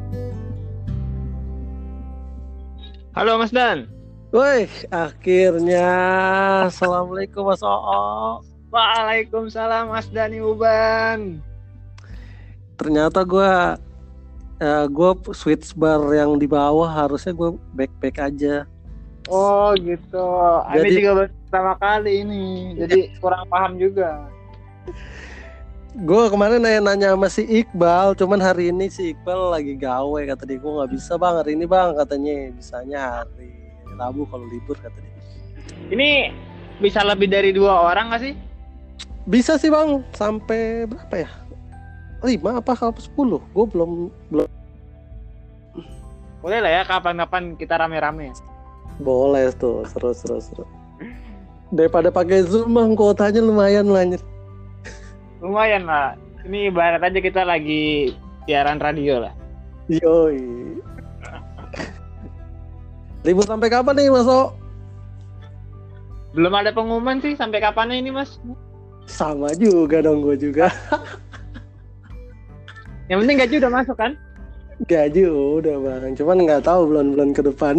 Halo Mas Dan. Woi, akhirnya. Assalamualaikum Mas Oo. Waalaikumsalam Mas Dani Uban. Ternyata gue switch bar yang di bawah, harusnya gue back aja. Oh gitu. Ini Jadi juga baru pertama kali ini. Jadi kurang paham juga. gue kemarin nanya sama si Iqbal, cuman hari ini si Iqbal lagi gawe, kata dia. Gue nggak bisa bang hari ini bang, katanya bisanya hari Rabu kalau libur, kata dia. Ini bisa lebih dari 2 orang nggak sih? Bisa sih bang, sampai berapa ya? 5 apa kalau 10? Gue belum. Boleh lah ya kapan-kapan kita rame-rame. Boleh tuh, seru. Daripada pakai Zoom, bang, kuotanya lumayan lah. Lumayan lah. Ini ibarat aja kita lagi siaran radio lah. Yoi. Libur sampai kapan nih Mas O? Belum ada pengumuman sih sampai kapannya ini Mas. Sama juga dong, gue juga. Yang penting gaji udah masuk kan? Gaji udah bang, cuman nggak tahu bulan-bulan ke depan.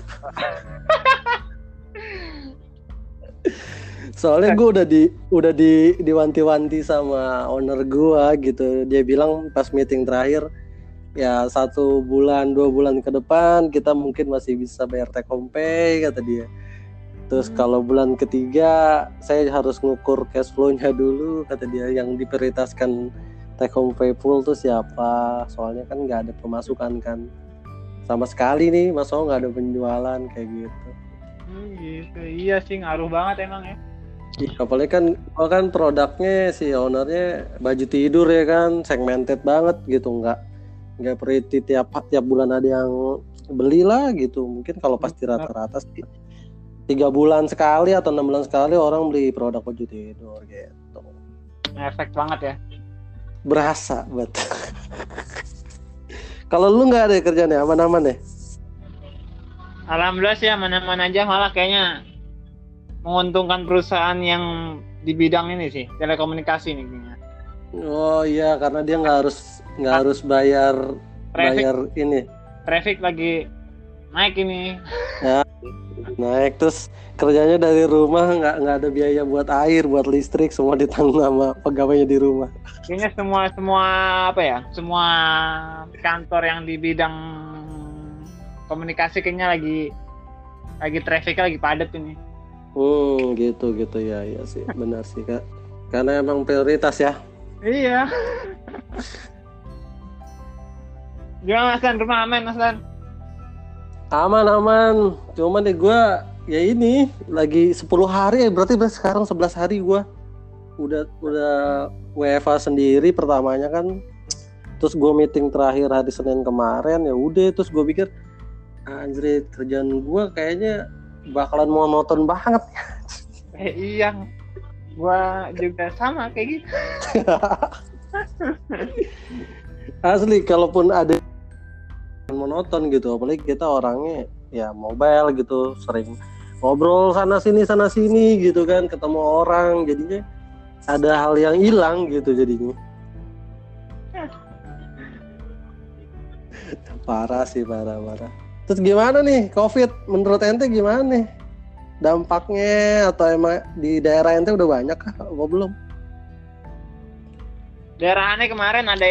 Soalnya gue udah diwanti-wanti sama owner gue gitu. Dia bilang pas meeting terakhir, ya 1 bulan 2 bulan ke depan kita mungkin masih bisa bayar take home pay, kata dia. Terus kalau bulan ketiga saya harus ngukur cash flow-nya dulu, kata dia. Yang diprioritaskan take home pay full tuh siapa? Soalnya kan nggak ada pemasukan kan sama sekali nih, Mas O, nggak ada penjualan kayak gitu. Gitu. Iya sih, ngaruh banget emang ya. Iya, apalagi kan produknya si ownernya baju tidur ya kan, segmented banget gitu, nggak pretty tiap bulan ada yang beli lah gitu. Mungkin kalau pasti rata-rata sih 3 bulan sekali atau 6 bulan sekali orang beli produk baju tidur gitu. Efek banget ya. Berasa bet. Kalau lu nggak ada kerjaan ya, aman-aman ya? Alhamdulillah sih aman-aman aja, malah kayaknya menguntungkan perusahaan yang di bidang ini sih, telekomunikasi nih kayaknya. Oh iya, karena dia nggak harus bayar ini. Traffic lagi naik ini. Ya, naik, terus kerjanya dari rumah, nggak ada biaya buat air, buat listrik, semua ditanggung sama pegawainya di rumah. Kayaknya semua kantor yang di bidang komunikasi kayaknya lagi trafficnya lagi padat ini. Gitu ya sih, benar sih Kak. Karena emang prioritas ya. Iya. Gimana Mas Dan, rumah aman Mas Dan? Aman. Cuman deh gue ya ini lagi 10 hari, berarti sekarang 11 hari gue udah WFA sendiri pertamanya kan. Terus gue meeting terakhir hari Senin kemarin, ya udah. Terus gue pikir anjir, kerjaan gue kayaknya bakalan monoton banget. Iya, gua juga sama kayak gitu. Asli, kalaupun ada monoton gitu, apalagi kita orangnya ya mobile gitu, sering ngobrol sana sini gitu kan, ketemu orang, jadinya ada hal yang hilang gitu jadinya. Parah. Terus gimana nih COVID menurut ente, gimana nih dampaknya? Atau emang di daerah ente udah banyak kah apa belum? Daerah aneh kemarin ada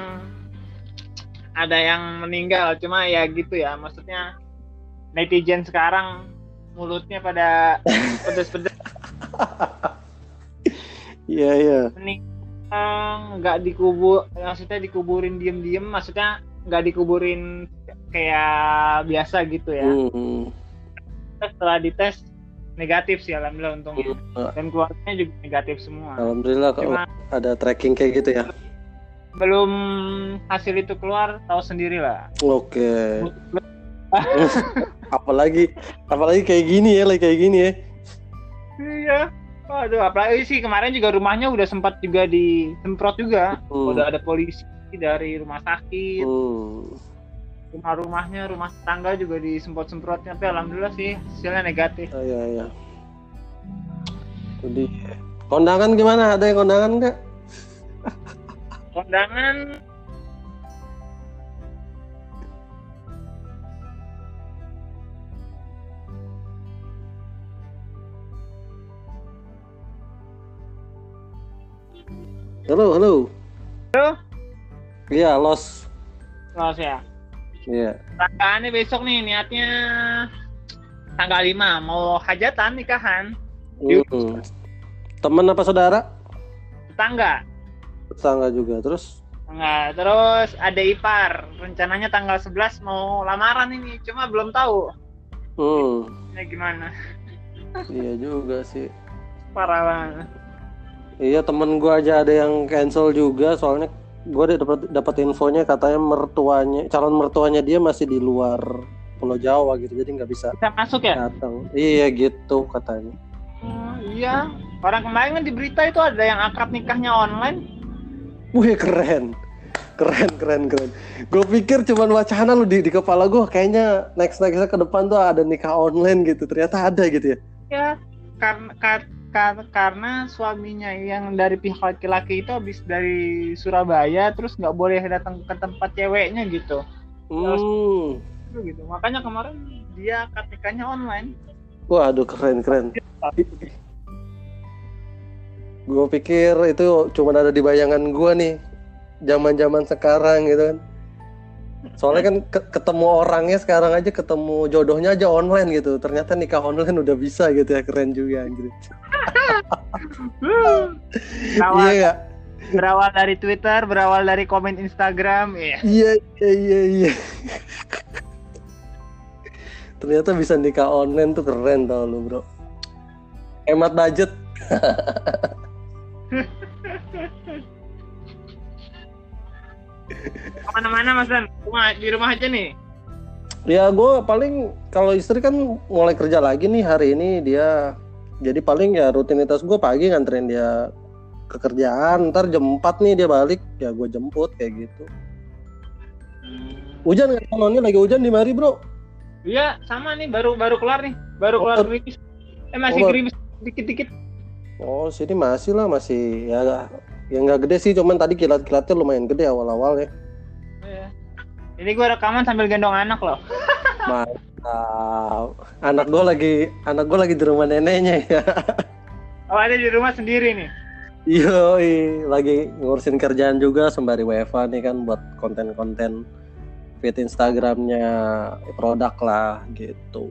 yang meninggal, cuma ya gitu ya, maksudnya netizen sekarang mulutnya pada pedes-pedes. Iya. Nggak maksudnya dikuburin diem-diem, maksudnya nggak dikuburin kayak biasa gitu ya. Setelah dites negatif sih, alhamdulillah untungnya. Dan keluarganya juga negatif semua. Alhamdulillah. Cuma ada tracking kayak gitu ya. Belum hasil itu keluar, tahu sendiri lah. Oke. apalagi kayak gini ya. Iya. Waduh, apalagi sih kemarin juga rumahnya udah sempat juga disemprot juga. Udah ada polisi dari rumah sakit. Rumah tetangga juga disemprot-semprotnya, tapi alhamdulillah sih hasilnya negatif. Oh, iya. Jadi kondangan gimana? Ada yang kondangan nggak? Kondangan Halo. Halo? Iya, los. Los ya. Iya. Tanggaannya besok nih, niatnya tanggal 5 mau hajatan nikahan. Temen apa saudara? Tetangga. Tetangga juga. Terus? Enggak, terus ada ipar. Rencananya tanggal 11 mau lamaran ini, cuma belum tahu. Ya gimana? Iya juga sih. Parah banget. Iya, temen gue aja ada yang cancel juga, soalnya gue dapat infonya katanya calon mertuanya dia masih di luar Pulau Jawa gitu, jadi nggak bisa masuk ya? Datang. Iya gitu katanya. Iya, orang kemarin kan di berita itu ada yang akad nikahnya online. Wih, keren. Gue pikir cuman wacana lu di kepala gue, kayaknya nextnya ke depan tuh ada nikah online gitu, ternyata ada gitu ya. Ya, karena suaminya yang dari pihak laki-laki itu habis dari Surabaya, terus nggak boleh datang ke tempat ceweknya gitu. Gitu. Makanya kemarin dia akad nikahnya online. Waduh, keren. Gue pikir itu cuma ada di bayangan gue nih, zaman sekarang gitu kan. Soalnya kan ketemu orangnya sekarang aja, ketemu jodohnya aja online gitu. Ternyata nikah online udah bisa gitu ya, keren juga anjir. Iya gak? Berawal dari Twitter, berawal dari komen Instagram, Iya. Ternyata bisa nikah online tuh keren tau lu bro. Hemat budget. Kemana-mana Mas Dan? Di rumah aja nih? Ya gue paling, kalau istri kan mulai kerja lagi nih hari ini dia. Jadi paling ya rutinitas gue pagi nganterin dia ke kerjaan, ntar jam 4 nih dia balik, ya gue jemput kayak gitu. Hujan nggak? Ini lagi hujan di mari bro? Iya sama nih, baru kelar nih, kelar gerimis. Masih gerimis dikit-dikit. Oh sini masih ya nggak gede sih, cuman tadi kilat-kilatnya lumayan gede awal-awal ya. Iya. Ini gue rekaman sambil gendong anak loh. Mantap. Anak gue lagi di rumah neneknya ya. Oh ada di rumah sendiri nih? Iya, lagi ngurusin kerjaan juga sembari WFA nih kan, buat konten-konten feed Instagramnya produk lah gitu.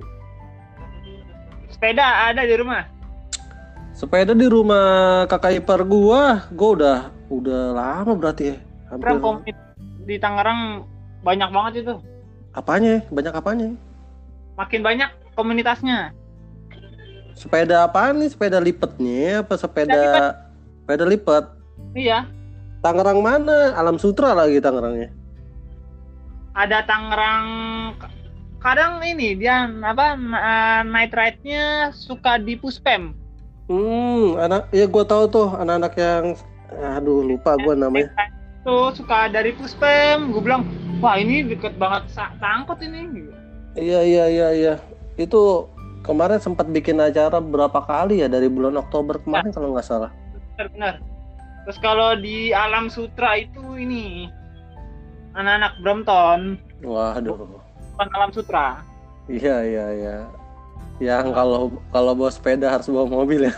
Sepeda ada di rumah? Sepeda di rumah kakak ipar gua udah lama berarti ya. Hampir. Di Tangerang banyak banget itu. Apanya? Banyak apanya? Makin banyak komunitasnya. Sepeda apaan nih? Sepeda lipetnya apa sepeda lipat? Iya. Tangerang mana? Alam Sutra lagi Tangerangnya. Ada Tangerang. Kadang ini dia night ride-nya suka di Puspem. Gue tahu tuh anak-anak yang lupa gue namanya. Tuh suka dari Puspem, gue bilang, wah ini deket banget Sangkot ini. Iya. Itu kemarin sempat bikin acara berapa kali ya dari bulan Oktober kemarin kalau nggak salah. Benar. Terus kalau di Alam Sutra itu ini anak-anak Brompton. Waduh. Bukan Alam Sutra. Iya. Yang kalau bawa sepeda harus bawa mobil ya.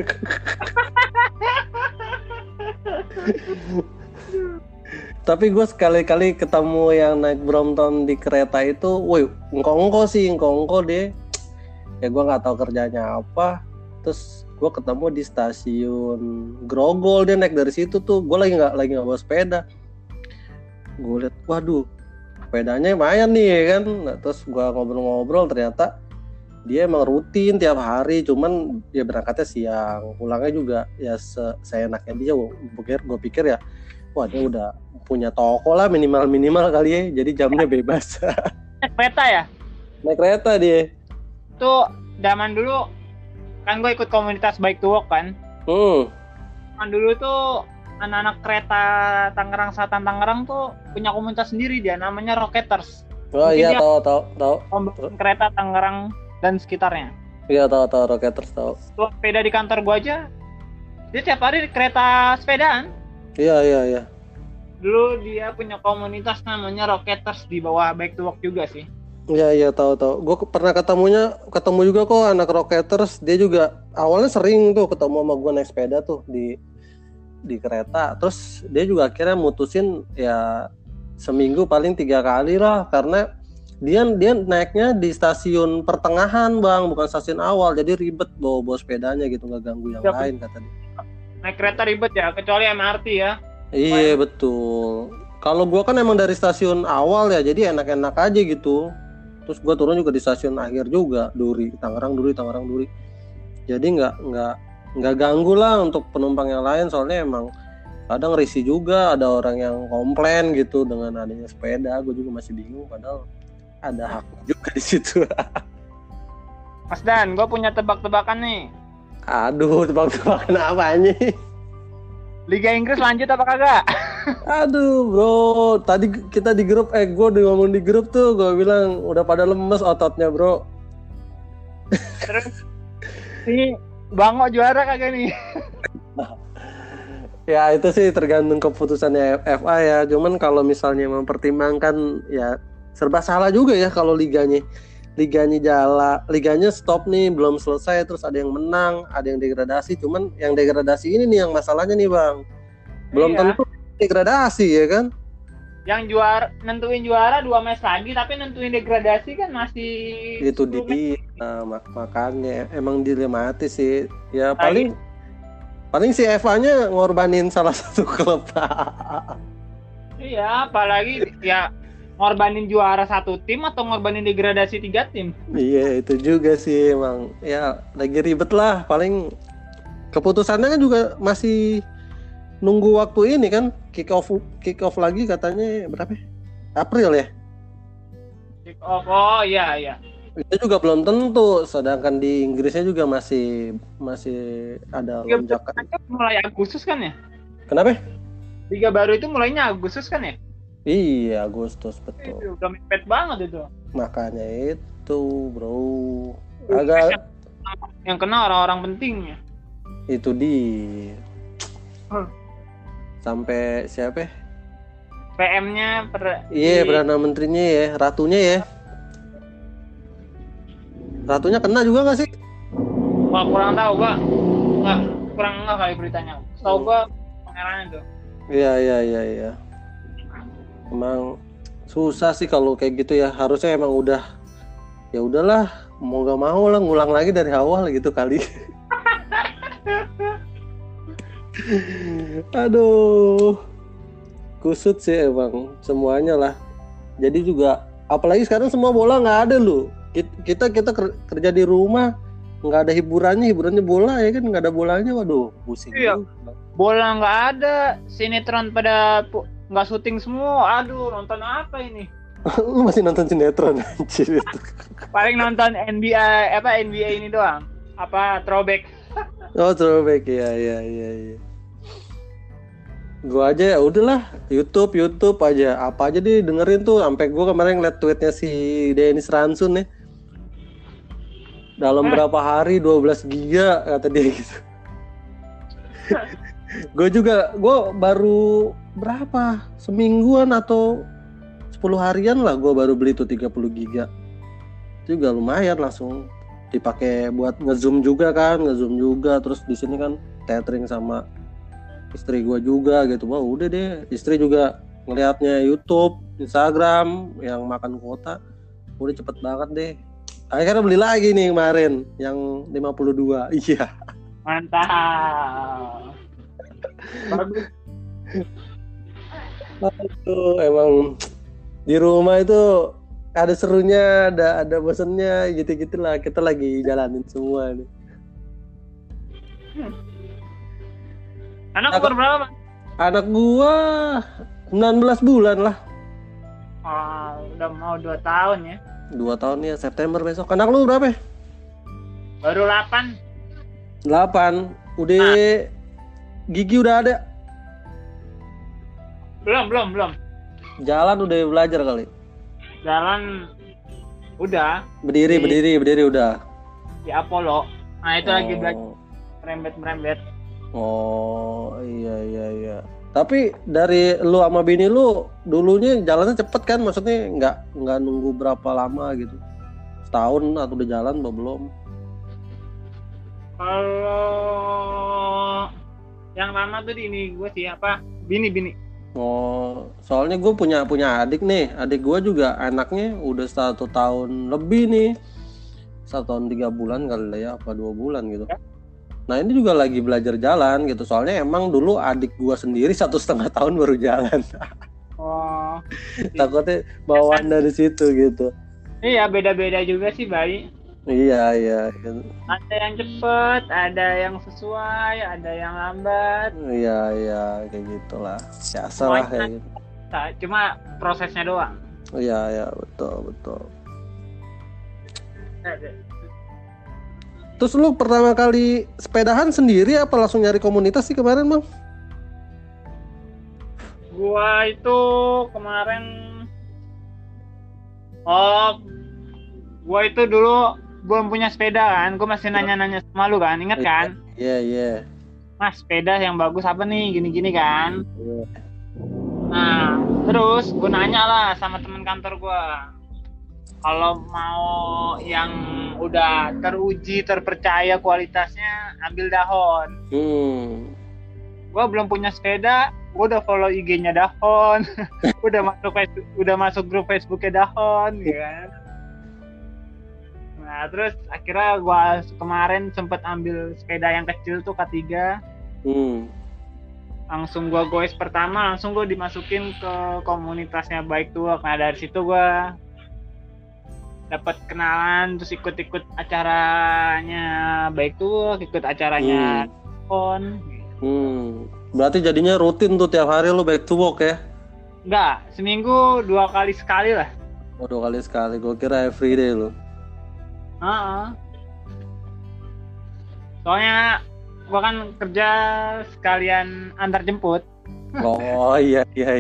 Tapi gue sekali-kali ketemu yang naik Brompton di kereta itu, woi, engko deh. Ya gue nggak tahu kerjanya apa. Terus gue ketemu di stasiun Grogol, dia naik dari situ tuh. Gue lagi nggak bawa sepeda. Gue lihat, waduh, sepedanya lumayan nih ya kan. Nah, terus gue ngobrol-ngobrol, ternyata dia emang rutin tiap hari, cuman dia berangkatnya siang, pulangnya juga ya seenaknya dia. Gue pikir ya, wah dia udah punya toko lah minimal kali ya, jadi jamnya bebas. Naik kereta ya? Naik kereta dia. Tuh zaman dulu kan gue ikut komunitas Bike to Walk kan. Kan dulu tuh anak-anak kereta Tangerang Selatan Tangerang tuh punya komunitas sendiri dia, namanya Rocketers. Oh iya, tahu. Kereta Tangerang dan sekitarnya. Iya tahu Rocketers tahu. Tuh sepeda di kantor gue aja, dia tiap hari di kereta sepedaan. Iya. Dulu dia punya komunitas namanya Rocketers di bawah Bike to Walk juga sih. Iya tahu. Gue pernah ketemu juga kok anak Rocketers. Dia juga awalnya sering tuh ketemu sama gue naik sepeda tuh di di kereta. Terus dia juga akhirnya mutusin ya seminggu paling 3 kali lah, karena dia naiknya di stasiun pertengahan bang, bukan stasiun awal, jadi ribet bawa sepedanya gitu, nggak ganggu yang lain kata dia. Naik kereta ribet ya, kecuali MRT ya. Iya betul. Kalau gua kan emang dari stasiun awal ya, jadi enak-enak aja gitu. Terus gua turun juga di stasiun akhir juga, Tangerang Duri. Jadi nggak ganggu lah untuk penumpang yang lain, soalnya emang kadang risih juga, ada orang yang komplain gitu dengan adanya sepeda. Gue juga masih bingung, padahal ada hak juga di situ. Mas Dan, gue punya tebak-tebakan nih. Aduh, tebak-tebakan apa nih? Liga Inggris lanjut apa kagak? Aduh bro, tadi kita di grup, gue ngomong di grup tuh, gue bilang udah pada lemes ototnya bro. Terus ini Bango juara kagak nih? Ya itu sih tergantung keputusannya FA ya. Cuman kalau misalnya mempertimbangkan ya serba salah juga ya kalau liganya stop nih, belum selesai, terus ada yang menang, ada yang degradasi. Cuman yang degradasi ini nih yang masalahnya nih bang, belum tentu degradasi ya kan. Yang nentuin juara 2 match lagi, tapi nentuin degradasi kan masih itu dia. Makanya emang dilematis sih ya. Paling si FA-nya ngorbanin salah satu klub. Iya, apalagi ya ngorbanin juara 1 tim atau ngorbanin degradasi 3 tim. Iya, itu juga sih emang. Ya, lagi ribet lah. Paling keputusannya kan juga masih nunggu waktu ini kan. Kick off lagi katanya berapa? April ya? Kick off. Oh, iya. Itu juga belum tentu, sedangkan di Inggrisnya juga masih ada lonjakan. Mulai Agustus kan ya? Kenapa? Liga baru itu mulainya Agustus kan ya? Iya, Agustus betul. Itu udah mepet banget itu. Makanya itu, bro. Agak yang kena orang-orang pentingnya. Itu sampai siapa? PM-nya Perdana Menterinya ya, ratunya ya. Ratunya kena juga nggak sih? Wah, kurang tahu gua. Kurang nggak kali beritanya. Tahu gua pangerannya tuh. Iya. Emang susah sih kalau kayak gitu ya. Harusnya emang ya udahlah, mau nggak mau lah ngulang lagi dari awal gitu kali. Aduh, kusut sih emang semuanya lah. Jadi juga apalagi sekarang semua bola nggak ada loh. Kita kerja di rumah, nggak ada hiburannya bola ya kan, nggak ada bolanya, waduh pusing. Iya. Bola nggak ada, sinetron pada nggak syuting semua, aduh nonton apa ini? Lu masih nonton sinetron anjir itu? Paling nonton NBA ini doang, throwback. Oh throwback ya. Gua aja ya udahlah YouTube aja, apa aja deh dengerin tuh, sampai gua kemarin ngeliat tweetnya si Dennis Ransun nih. Dalam berapa hari 12 giga kata dia gitu. Gue baru berapa semingguan atau 10 harian lah gue baru beli tuh 30 giga. Itu juga lumayan, langsung dipakai buat ngezoom juga, terus di sini kan tethering sama istri gue juga gitu. Wah udah deh, istri juga ngelihatnya YouTube, Instagram yang makan kuota, udah cepet banget deh. Akhirnya beli lagi nih kemarin yang 52. Iya. Mantap. Bagus. Aduh, emang di rumah itu ada serunya, ada bosannya gitu-gitulah. Kita lagi jalanin semua nih. Anak umur berapa? Anak gua 19 bulan lah. Udah mau 2 tahun ya. 2 tahun ya, September besok. Anak lu berapa? Baru 8. Udah gigi udah ada? Belum. Jalan udah belajar kali? Jalan udah. Berdiri udah. Di Apollo. Nah itu lagi belajar merembet. Oh iya. Tapi dari lu sama bini lu dulunya jalannya cepet kan? Maksudnya nggak nunggu berapa lama gitu? Setahun atau udah jalan atau belum? Kalau Yang lama tuh di ini gue sih apa? Bini. Oh, soalnya gue punya adik nih. Adik gue juga anaknya udah 1 tahun lebih nih. 1 tahun 3 bulan kali lah ya, apa 2 bulan gitu. Ya. Nah ini juga lagi belajar jalan gitu. Soalnya emang dulu adik gue sendiri 1,5 tahun baru jalan. Oh. Takutnya bawaan dari situ gitu. Iya, beda-beda juga sih bayi. Iya. Ada yang cepet, ada yang sesuai, ada yang lambat. Iya, kayak gitulah. Biasa lah kayak gitu. Cuma prosesnya doang. Iya, betul. Terus lu pertama kali sepedahan sendiri apa langsung nyari komunitas sih kemarin, Bang? Gua itu kemarin gua itu dulu belum punya sepeda kan, gua masih nanya-nanya sama lu kan, inget kan? Iya. Mas, sepeda yang bagus apa nih, gini-gini kan? Iya. Nah, terus gua nanya lah sama teman kantor gua, kalau mau yang udah teruji, terpercaya kualitasnya, ambil Dahon. Gua belum punya sepeda, gua udah follow IG-nya Dahon, udah masuk grup Facebook-nya Dahon, ya kan? Nah, terus akhirnya gue kemarin sempet ambil sepeda yang kecil tuh K3. Langsung gue goes pertama, langsung gue dimasukin ke komunitasnya Bike2Work. Nah, dari situ gue dapat kenalan, terus ikut acaranya Bike2Work, ikut acaranya Pon. Berarti jadinya rutin tuh tiap hari lu Bike2Work ya? Enggak, seminggu 2 kali sekali lah. Oh, 2 kali sekali, gue kira everyday lu. Soalnya gua kan kerja sekalian antar jemput. Oh iya.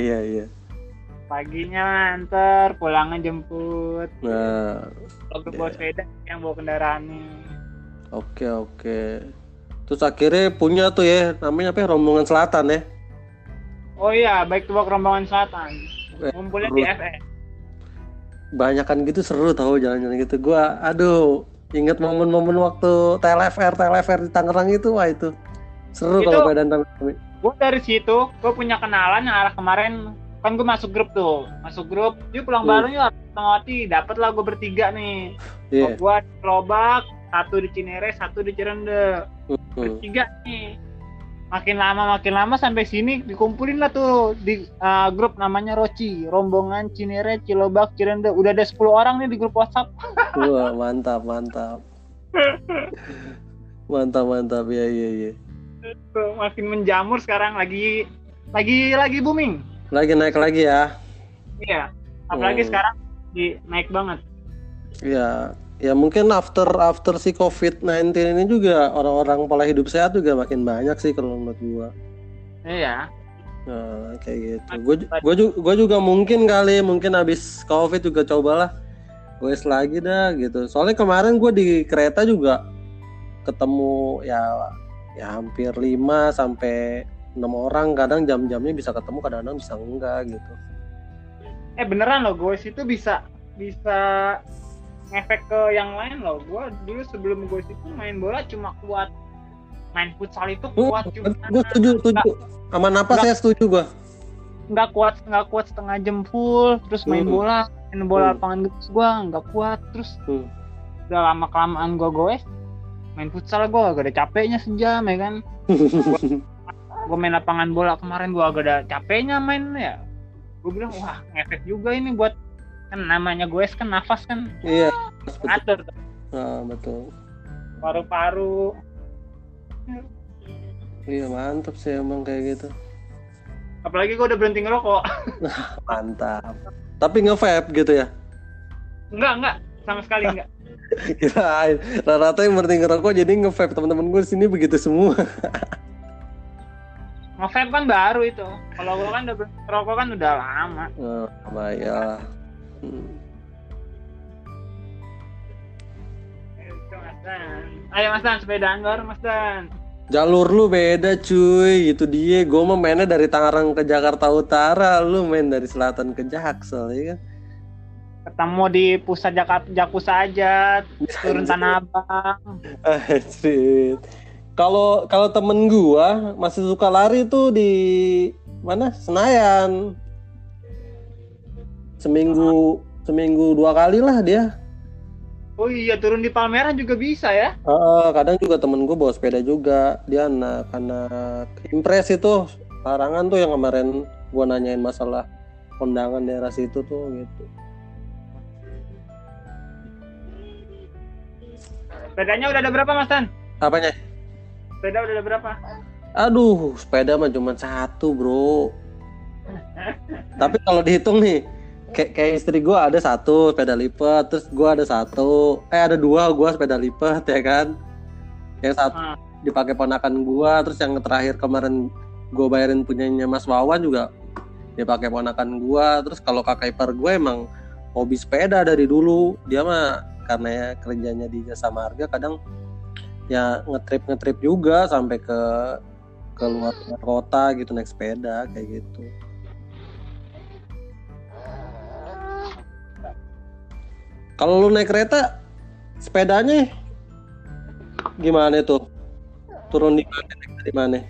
Paginya antar, pulangnya jemput. Nah, kalau bawa sepeda yang bawa kendaraannya. Oke. Terus akhirnya punya tuh ya, namanya apa ya, Rombongan Selatan ya? Oh iya, Bike2Work Rombongan Selatan. Ngumpulnya di FS. Banyakan gitu seru tau jalan-jalan gitu. Gua inget momen-momen waktu TLFR di Tangerang itu, wah itu seru kalau badan Tangerang. Gue dari situ, gue punya kenalan yang arah kemarin kan gue masuk grup, yuk pulang bareng yuk, Fatmawati, dapet lah gue bertiga nih. Gue di Lobak, 1 di Cinere, 1 di Cirende, bertiga nih. Makin lama sampai sini dikumpulin lah tuh di grup namanya Roci, Rombongan Cinere, Cilobak, Cirende. Udah ada 10 orang nih di grup WhatsApp. Wah, mantap. Mantap. Iya. Makin menjamur sekarang, lagi booming. Lagi naik lagi ya. Iya. Apalagi sekarang naik banget. Iya. Ya mungkin after si COVID-19 ini juga orang-orang pola hidup sehat juga makin banyak sih kalau menurut gua. Iya. Nah, kayak gitu. Gua juga mungkin habis COVID juga cobalah goes lagi dah gitu. Soalnya kemarin gua di kereta juga ketemu ya hampir 5 sampai 6 orang, kadang jam-jamnya bisa ketemu, kadang-kadang bisa enggak gitu. Beneran loh, goes itu bisa ngefek ke yang lain loh. Gue dulu sebelum gue itu main bola cuma kuat, main futsal itu kuat cuma. Gue setuju. Sama napas saya setuju gue. Nggak kuat setengah jam full, terus main bola lapangan gitu gue nggak kuat, terus udah lama kelamaan gue goes main futsal, gue agak ada capeknya sejam ya kan. Gue main lapangan bola kemarin gue agak ada capeknya main ya. Gue bilang wah ngefek juga ini buat, kan namanya goes kan nafas kan. Iya. Atur. Betul. Paru-paru. Iya mantap sih emang kayak gitu. Apalagi gue udah berhenti ngerokok. Mantap. Tapi nge-vape gitu ya? Enggak, sama sekali enggak. Kirain rata-rata yang berhenti ngerokok jadi nge-vape. Teman-teman gue di sini begitu semua. Nge-vape kan baru itu. Kalau gue kan udah berhenti ngerokok kan udah lama. Baiklah. Ayo Mas Dan, sepedaan baru Mas Dan. Jalur lu beda cuy, itu dia. Gue mah mainnya dari Tangerang ke Jakarta Utara, lu main dari selatan ke Jaksel ya kan. Ketemu di pusat Jakusa aja, turun Tanah Abang. Anjir. Kalau temen gua masih suka lari tuh di mana? Senayan. Seminggu 2 kali lah dia. Oh iya, turun di Palmerah juga bisa ya? Kadang juga temen gua bawa sepeda juga. Dia anak Impres itu larangan tuh yang kemarin gua nanyain masalah kondangan daerah situ tuh gitu. Sepedanya udah ada berapa, Mas Tan? Apanya? Sepeda udah ada berapa? Aduh, sepeda mah cuma 1, bro. Tapi kalau dihitung nih, kayak istri gue ada 1 sepeda lipat, terus gue ada 2 gue sepeda lipat ya kan. Yang 1 dipakai ponakan gue, terus yang terakhir kemarin gue bayarin punyanya Mas Wawan juga dipakai ponakan gue. Terus kalau kakak ipar gue emang hobi sepeda dari dulu. Dia mah karena ya kerjanya di jasa marga, kadang ya ngetrip juga sampai ke luar kota gitu naik sepeda kayak gitu. Kalau lu naik kereta, sepedanya gimana tuh? Turun di mana?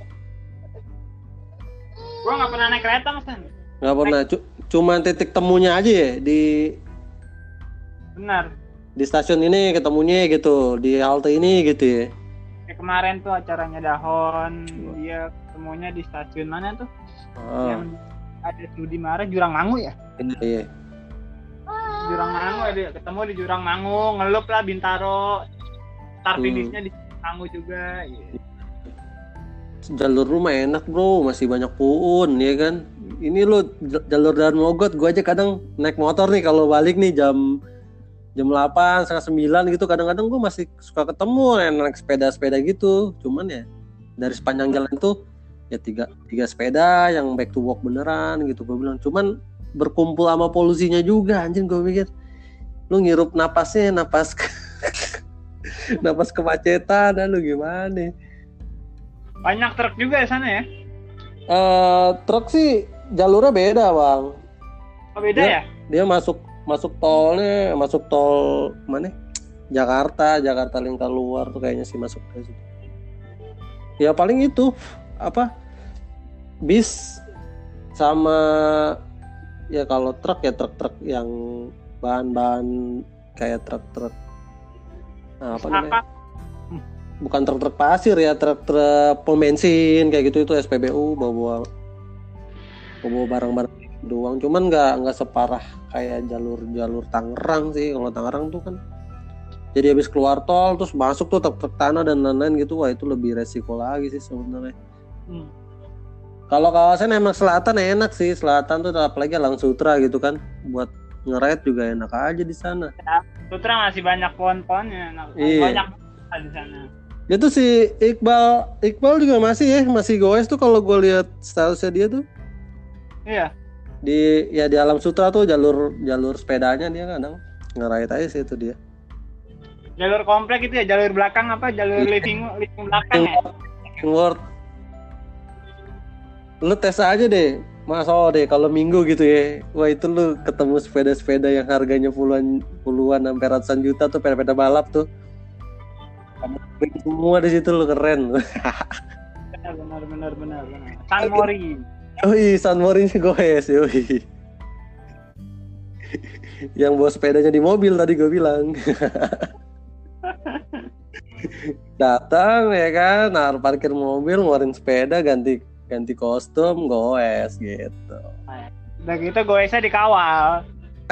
Gua nggak pernah naik kereta, Mas Tan. Nggak pernah, cuma titik temunya aja ya di. Benar. Di stasiun ini ketemunya gitu, di halte ini gitu ya. Kayak kemarin tuh acaranya Dahon, dia ketemunya di stasiun mana tuh? Yang ada studi Mara, Jurang Mangu ya? Iya. Jurang Mangu, ada ketemu di Jurang Mangu, ngelup lah Bintaro. Start finishnya di Mangu juga. Yeah. Jalur rumah enak bro, masih banyak puun ya kan. Ini lo jalur dan Mogot, gue aja kadang naik motor nih kalau balik nih jam 8, setengah 9 gitu, kadang-kadang gue masih suka ketemu naik sepeda gitu. Cuman ya dari sepanjang jalan tuh ya tiga sepeda yang back to work beneran gitu gue bilang. Cuman berkumpul sama polusinya juga anjing, gue mikir lu ngirup napasnya napas kemacetan, lu gimana? Banyak truk juga di sana ya? Truk sih jalurnya beda bang. Oh beda ya? Dia masuk tol mana? Jakarta Lingkar Luar tuh kayaknya sih masuk ke situ. Ya paling itu bis sama ya kalau truk ya truk yang bahan kayak truk namanya? Bukan truk pasir ya, truk pom bensin kayak gitu, itu SPBU bawa barang-barang doang. Cuman nggak separah kayak jalur Tangerang sih. Kalau Tangerang tuh kan jadi habis keluar tol terus masuk tuh truk tanah dan lain-lain gitu, wah itu lebih resiko lagi sih sebenarnya. Kalau kawasan emang selatan enak sih, selatan tuh apalagi Alang Sutra gitu kan, buat nge-ride juga enak aja di sana. Ya, Sutra masih banyak pohon-pohonnya, banyak di sana. Itu si Iqbal juga masih goes tuh kalau gue lihat statusnya dia tuh. Iya. Di Alam Sutra tuh jalur sepedanya dia kadang nge-ride aja sih itu dia. Jalur komplek itu ya, jalur belakang jalur living belakang ya. World. Lu tes aja deh, Mas deh kalau Minggu gitu ya. Wah itu lu ketemu sepeda-sepeda yang harganya puluhan sampai ratusan juta tuh, sepeda balap tuh. Semua di situ lu keren. Benar. San Mori. San Mori goes, Yang bawa sepedanya di mobil tadi gue bilang. Datang ya kan, parkir mobil, ngeluarin sepeda, ganti kostum, goes gitu. Udah gitu goesnya dikawal.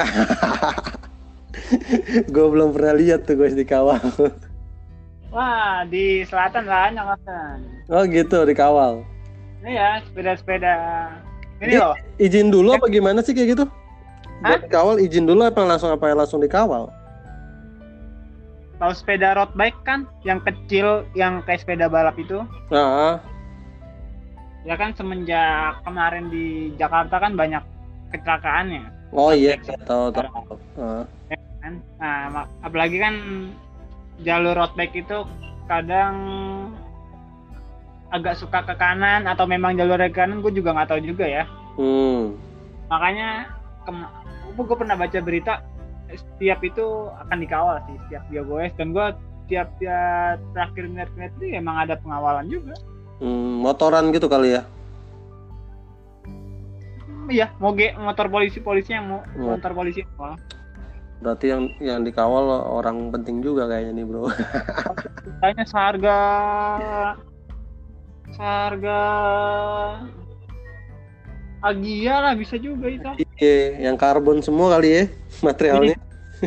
Gue belum pernah lihat tuh goes dikawal. Wah, di selatan banyak kan. Oh gitu, dikawal. Iya, sepeda-sepeda. Ini loh. Izin dulu apa gimana sih kayak gitu? Buat dikawal izin dulu apa langsung dikawal? Tahu sepeda road bike kan? Yang kecil, yang kayak sepeda balap itu? Ya kan semenjak kemarin di Jakarta kan banyak kecelakaannya. Oh iya, tahu. Ya kan? Nah, apalagi kan jalur road bike itu kadang agak suka ke kanan atau memang jalur ke kanan, gue juga nggak tahu juga ya. Makanya gue pernah baca berita setiap itu akan dikawal sih, setiap dia goes, dan gue tiap terakhir ngeliat itu emang ada pengawalan juga. Motoran gitu kali ya? Iya, motor polisi yang mau motor polisi. Berarti yang dikawal orang penting juga kayaknya nih bro. Kayaknya seharga Agia lah bisa juga itu. Iya, yang karbon semua kali ya materialnya.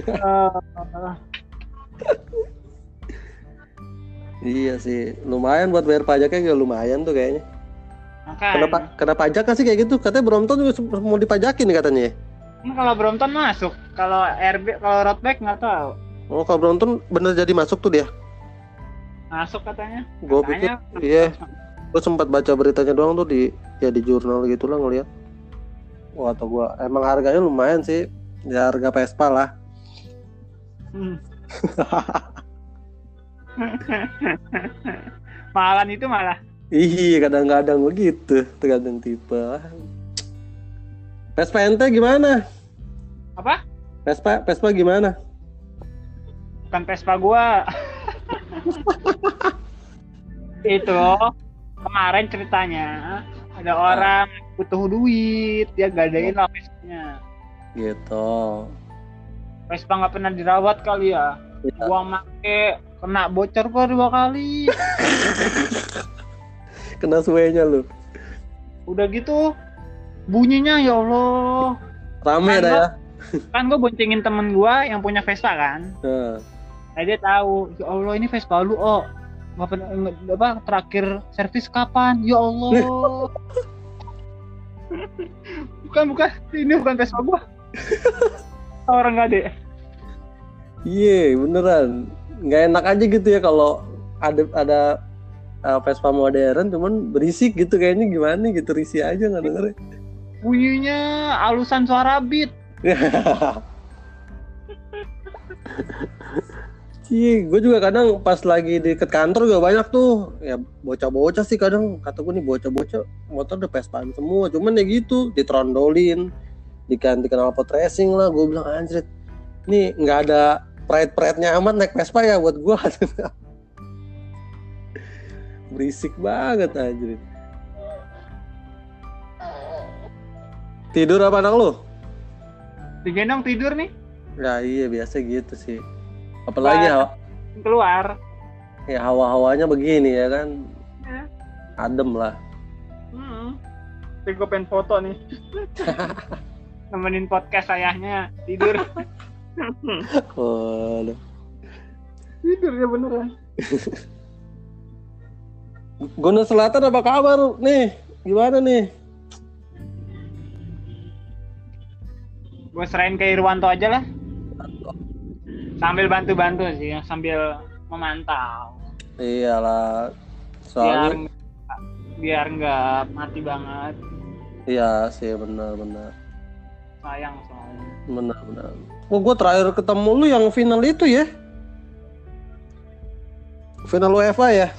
Iya sih, lumayan buat bayar pajaknya juga lumayan tuh kayaknya. Kena pajak kan sih kayak gitu? Katanya Brompton juga mau dipajakin katanya ya? Kalau Brompton masuk, kalau road bike nggak tahu. Oh, kalau Brompton bener jadi masuk tuh dia? Masuk katanya. Gue pikir, iya. Gue sempat baca beritanya doang tuh di jurnal gitulah ngeliat. Wah, atau gue emang harganya lumayan sih, ya harga Vespa lah. Mahalan itu malah. Iya, kadang-kadang begitu, tergantung tipe. Vespa ente gimana? Apa? Vespa gimana? Bukan Vespa gua. Itu kemarin ceritanya ada orang butuh duit, dia gadain lah Vespanya. Gitu. Vespa nggak pernah dirawat kali ya. Gua make kena bocor gua 2 kali. Kena suenya lu. Udah gitu bunyinya ya Allah. Rame dah ya. Kan gue boncengin temen gue yang punya Vespa kan. Nah dia tahu, ya Allah ini Vespa lu, terakhir servis kapan? Ya Allah. bukan, ini bukan Vespa gue. Orang nggak deh. Iya beneran, nggak enak aja gitu ya kalau ada Vespa modern cuman berisik gitu kayaknya gimana gitu, risih aja nggak denger. Bunyinya alusan suara beat. Iya, gue juga kadang pas lagi deket kantor juga banyak tuh ya bocah-bocah sih, kadang kata gue nih bocah-bocah motor udah Vespaan semua, cuman ya gitu ditrondolin, diganti knalpot racing lah. Gue bilang anjir, nih nggak ada pride-nya amat naik Vespa ya buat gue. Berisik banget anjir. Tidur apa anak lu? Digendong tidur nih. Ya iya biasa gitu sih. Apalagi keluar. Ya hawa-hawanya begini ya kan. Ya. Adem lah. Tapi gue pengen foto nih. Nemenin podcast ayahnya tidur. Oh. Tidur ya beneran. Gunung Selatan apa kabar nih? Gimana nih? Gue serahin ke Irwanto aja lah. Sambil bantu-bantu sih, sambil memantau. Iyalah. Soalnya biar nggak mati banget. Iya sih, benar. Sayang soalnya. Benar. Oh, gue terakhir ketemu lu yang final itu ya? Final UEFA ya?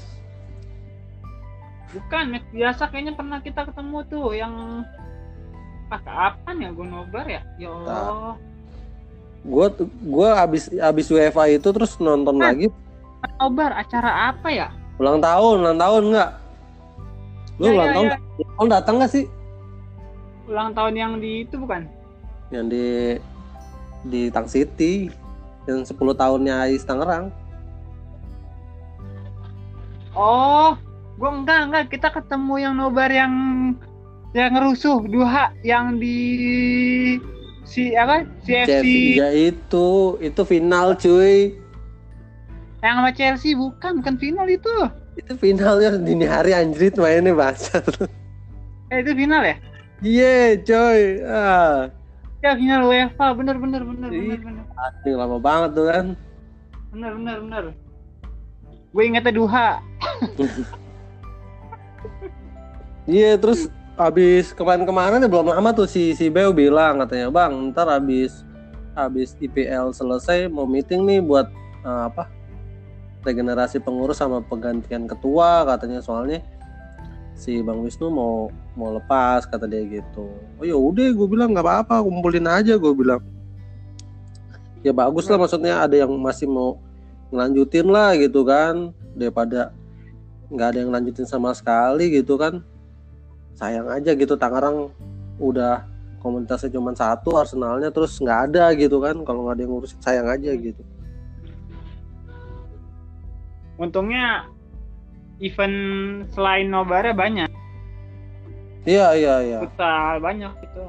Bukan, match biasa kayaknya pernah kita ketemu tuh yang kapan ya, gue nobar ya? Ya Allah. Gue abis UEFA itu terus nonton lagi. Nobar acara apa ya? Ulang tahun enggak? Lu ulang tahun? Lu datang nggak sih? Ulang tahun yang di itu bukan? Yang di Tang City, yang 10 tahunnya Ais Tangerang. Oh, gue enggak. Kita ketemu yang nobar yang rusuh Duha yang di CFC. Ya itu final cuy. Yang sama Chelsea bukan final itu. Itu finalnya dini hari anjrit mainnya basah. Itu final ya? Iya coy. Ya final UEFA, bener. Anjing lama banget tuh kan. Bener. Gue ingetnya Duha. Iya terus abis kemarin ya belum lama tuh si Beo bilang katanya, Bang ntar abis IPL selesai mau meeting nih buat regenerasi pengurus sama penggantian ketua katanya, soalnya si Bang Wisnu mau lepas kata dia gitu. Oh ya udah gue bilang nggak apa-apa, kumpulin aja gue bilang. Ya bagus lah, maksudnya ada yang masih mau ngelanjutin lah gitu kan, daripada nggak ada yang lanjutin sama sekali gitu kan. Sayang aja gitu, Tangerang udah komunitasnya cuma satu, Arsenalnya, terus nggak ada gitu kan, kalau nggak ada yang ngurusin, sayang aja gitu. Untungnya event selain nobarnya banyak. Iya. Futsal banyak gitu.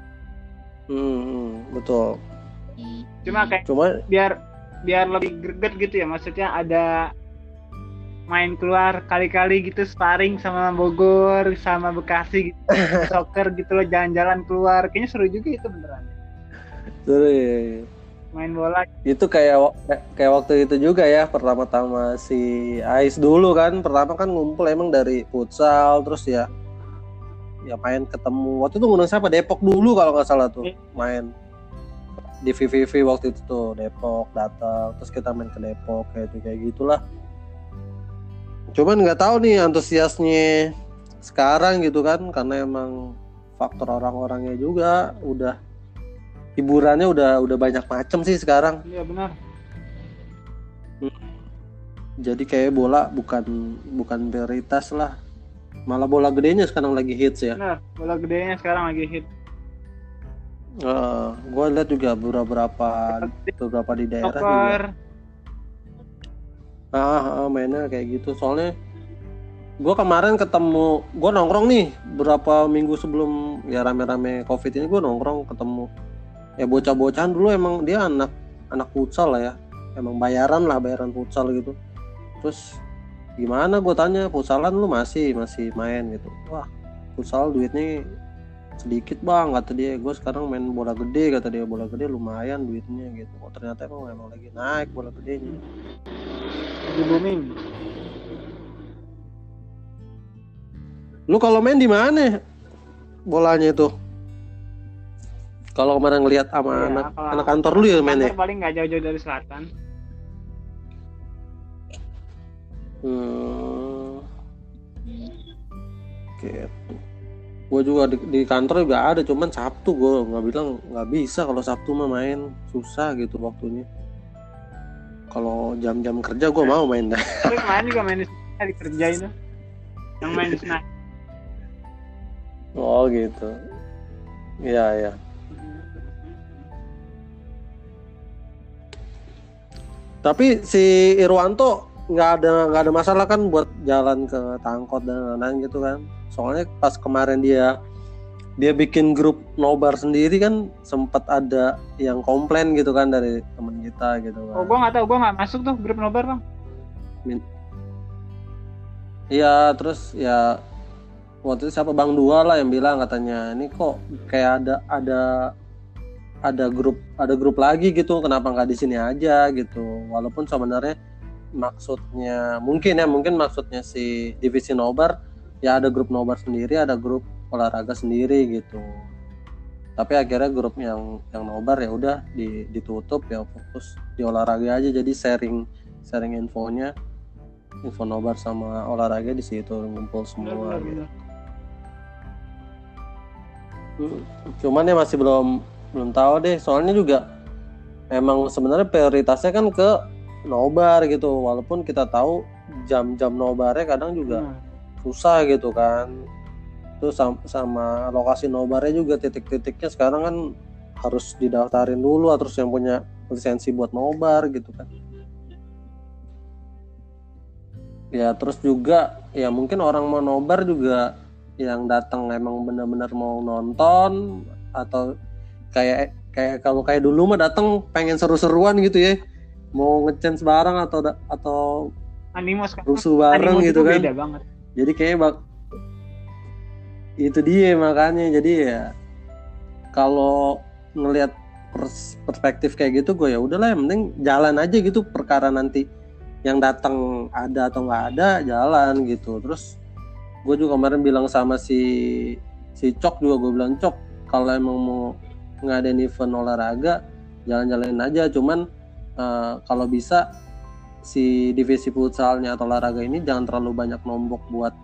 Betul. Cuma biar lebih greget gitu ya, maksudnya ada main keluar kali-kali gitu, sparring sama Bogor sama Bekasi gitu. Soccer gitu loh, jalan-jalan keluar, kayaknya seru juga itu beneran. Seru ya. Main bola itu kayak waktu itu juga ya, pertama-tama si Ais dulu kan, pertama kan ngumpul emang dari futsal, terus ya main ketemu waktu itu ngundang siapa, Depok dulu kalau nggak salah tuh, main di VVV waktu itu tuh, Depok datang, terus kita main ke Depok kayak gitulah. Cuman nggak tahu nih antusiasnya sekarang gitu kan, karena emang faktor orang-orangnya juga udah, hiburannya udah banyak macam sih sekarang. Iya benar. Jadi kayak bola bukan prioritas lah. Malah bola gedenya sekarang lagi hits ya. Benar, bola gedenya sekarang lagi hit. Gue lihat juga beberapa di daerah Soccer juga. Mainnya kayak gitu. Soalnya gue kemarin gue nongkrong nih beberapa minggu sebelum ya rame-rame COVID ini, gue nongkrong ketemu ya bocah-bocahan dulu, emang dia anak futsal lah ya, emang bayaran futsal gitu. Terus gimana, gue tanya, futsalan lu masih main gitu. Wah, futsal duitnya sedikit bang, kata dia. Gue sekarang main bola gede, kata dia. Bola gede lumayan duitnya gitu. Oh, ternyata emang lagi naik bola gedenya, lagi booming. Lu kalau main di mana bolanya itu? Kalau kemarin ngelihat sama anak kantor lu ya mainnya? Paling nggak jauh-jauh dari selatan. Gitu. Gue juga di kantor juga ada, cuman Sabtu gue nggak bisa. Kalau Sabtu mah main susah gitu waktunya. Kalau jam-jam kerja gue mau main dah. Tapi kemarin juga main di kerja itu, yang main di Senayan. Oh gitu. Iya. Tapi si Irwanto nggak ada masalah kan buat jalan ke Tangkot dan lain-lain gitu kan. Soalnya pas kemarin dia bikin grup nobar sendiri kan, sempat ada yang komplain gitu kan dari teman kita gitu kan. Oh, gue nggak tahu, gue nggak masuk tuh grup nobar bang. Iya, terus ya waktu itu siapa, Bang Dua lah yang bilang, katanya ini kok kayak ada grup lagi gitu, kenapa nggak di sini aja gitu. Walaupun sebenarnya mungkin maksudnya si divisi nobar ya ada grup nobar sendiri, ada grup olahraga sendiri gitu. Tapi akhirnya grup yang nobar ya udah ditutup, ya fokus di olahraga aja. Jadi sharing infonya, info nobar sama olahraga di situ ngumpul semua. Benar. Gitu. Cuman ya masih belum tahu deh, soalnya juga emang sebenarnya prioritasnya kan ke nobar gitu, walaupun kita tahu jam-jam nobarnya kadang juga susah gitu kan. Terus sama lokasi nobarnya juga, titik-titiknya sekarang kan harus didaftarin dulu, terus yang punya lisensi buat nobar gitu kan. Ya terus juga ya mungkin orang mau nobar juga yang datang emang benar-benar mau nonton, atau kayak kalau kayak dulu mah datang pengen seru-seruan gitu ya, mau ngechance bareng atau rusuh bareng gitu kan. Beda banget. Jadi kayak itu dia makanya. Jadi ya kalau ngelihat perspektif kayak gitu, gue ya udahlah, yang penting jalan aja gitu, perkara nanti yang datang ada atau nggak ada, jalan gitu. Terus gue juga kemarin bilang sama si Cok juga, gue bilang, Cok, kalau emang mau ngadain event olahraga jalan-jalanin aja, cuman kalau bisa si divisi futsalnya atau olahraga ini jangan terlalu banyak nombok buat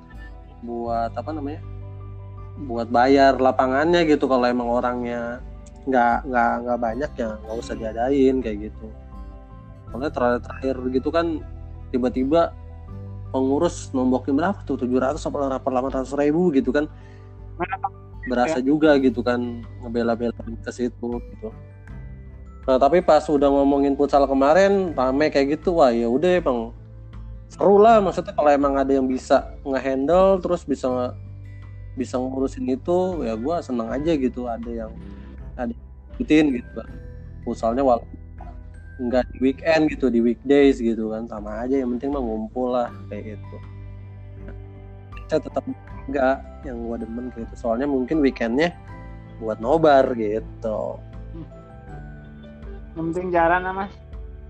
buat bayar lapangannya gitu. Kalau emang orangnya nggak banyak ya nggak usah diadain kayak gitu. Soalnya terakhir gitu kan tiba-tiba pengurus nombokin berapa tuh 700 atau 800 ribu gitu kan, berasa juga gitu kan ngebela-belain ke situ gitu. Nah tapi pas udah ngomongin futsal kemarin rame kayak gitu, wah ya udah emang seru lah, maksudnya kalau emang ada yang bisa ngehandle terus bisa ngurusin itu ya gue seneng aja gitu, ada yang ikutin gitu kan futsalnya, walaupun nggak di weekend gitu, di weekdays gitu kan sama aja, yang penting mah ngumpul lah kayak gitu. Saya tetap enggak yang gue demen gitu, soalnya mungkin weekendnya buat nobar gitu. Yang penting jalan lah mas.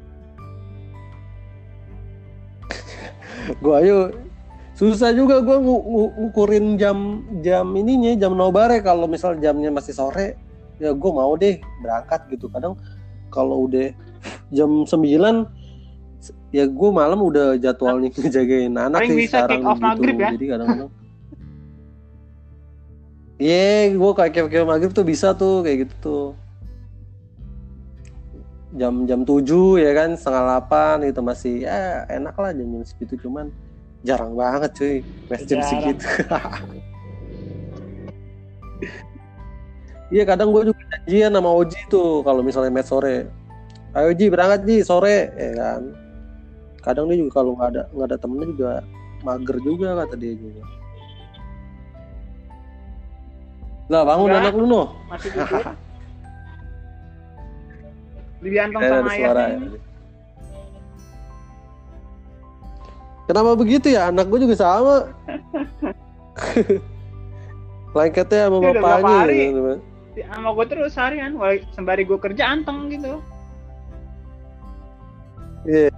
Gue ayo susah juga gue ngukurin jam ininya, jam nobarnya. Kalau misal jamnya masih sore ya gue mau deh berangkat gitu. Kadang kalau udah jam 9 ya gue malam udah jadwalnya ngejagain anak sih sekarang kick off gitu. Maghrib ya? Jadi kadang-kadang gue kayak maghrib tuh bisa tuh kayak gitu tuh. Jam 7 ya kan, 7:30 gitu masih ya enak lah jam segitu, cuman jarang banget cuy match jam segitu. Iya kadang gue juga janjian sama Oji tuh kalau misalnya match sore, ayo Ji berangkat Ji sore ya kan. Kadang dia juga kalau nggak ada temennya juga mager juga kata dia juga. Lah bangun anak lu noh. Masih tidur. Dibiantong sama ayahnya. Kenapa begitu ya? Anak gue juga sama. Lengketnya sama bapaknya gitu. Sama gue terus harian, sembari gue kerja anteng gitu. Iya.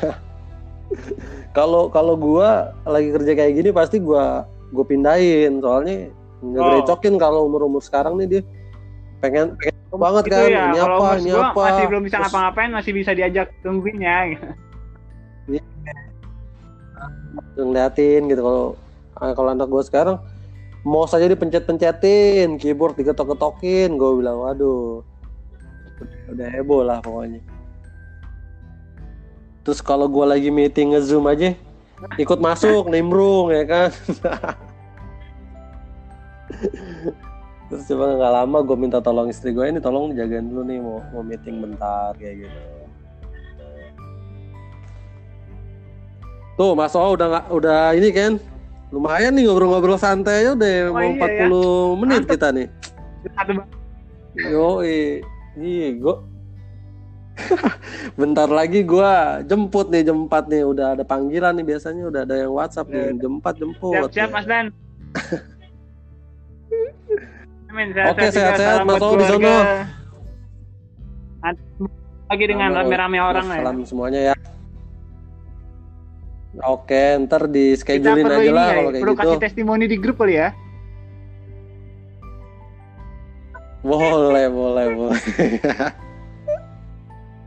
Kalau gue lagi kerja kayak gini pasti gue pindahin, soalnya nggak gerecokin. Kalau umur sekarang nih dia pengen banget kan ya, ini apa masih belum bisa ngapa-ngapain, masih bisa diajak tungguin ya. Ngeliatin gitu. Kalau anak gue sekarang mouse aja dipencet-pencetin, keyboard digetok-getokin, gue bilang waduh udah heboh lah pokoknya. Terus kalau gue lagi meeting nge-zoom aja ikut masuk nimbrung ya kan. Terus coba nggak lama gue minta tolong istri gue, ini tolong jagain dulu nih mau meeting bentar kayak gitu. Tuh Mas O udah ini kan lumayan nih ngobrol-ngobrol santai aja udah mau 40 menit kita nih. Yoi, gue bentar lagi gue jemput nih, jam 4 nih udah ada panggilan nih, biasanya udah ada yang WhatsApp nih jam 4 jemput. Siap Mas Dan. Oke, sehat-sehat Mas O di sono. Lagi dengan rame-rame orang ya. Salam semuanya ya. Oke, ntar di schedulein aja lah kalau kayak perlu gitu. Perlu kasih testimoni di grup kali ya. Boleh.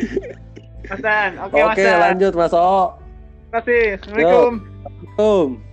Mas Dan, oke lanjut Mas O. Terima kasih. Assalamualaikum. Assalamualaikum.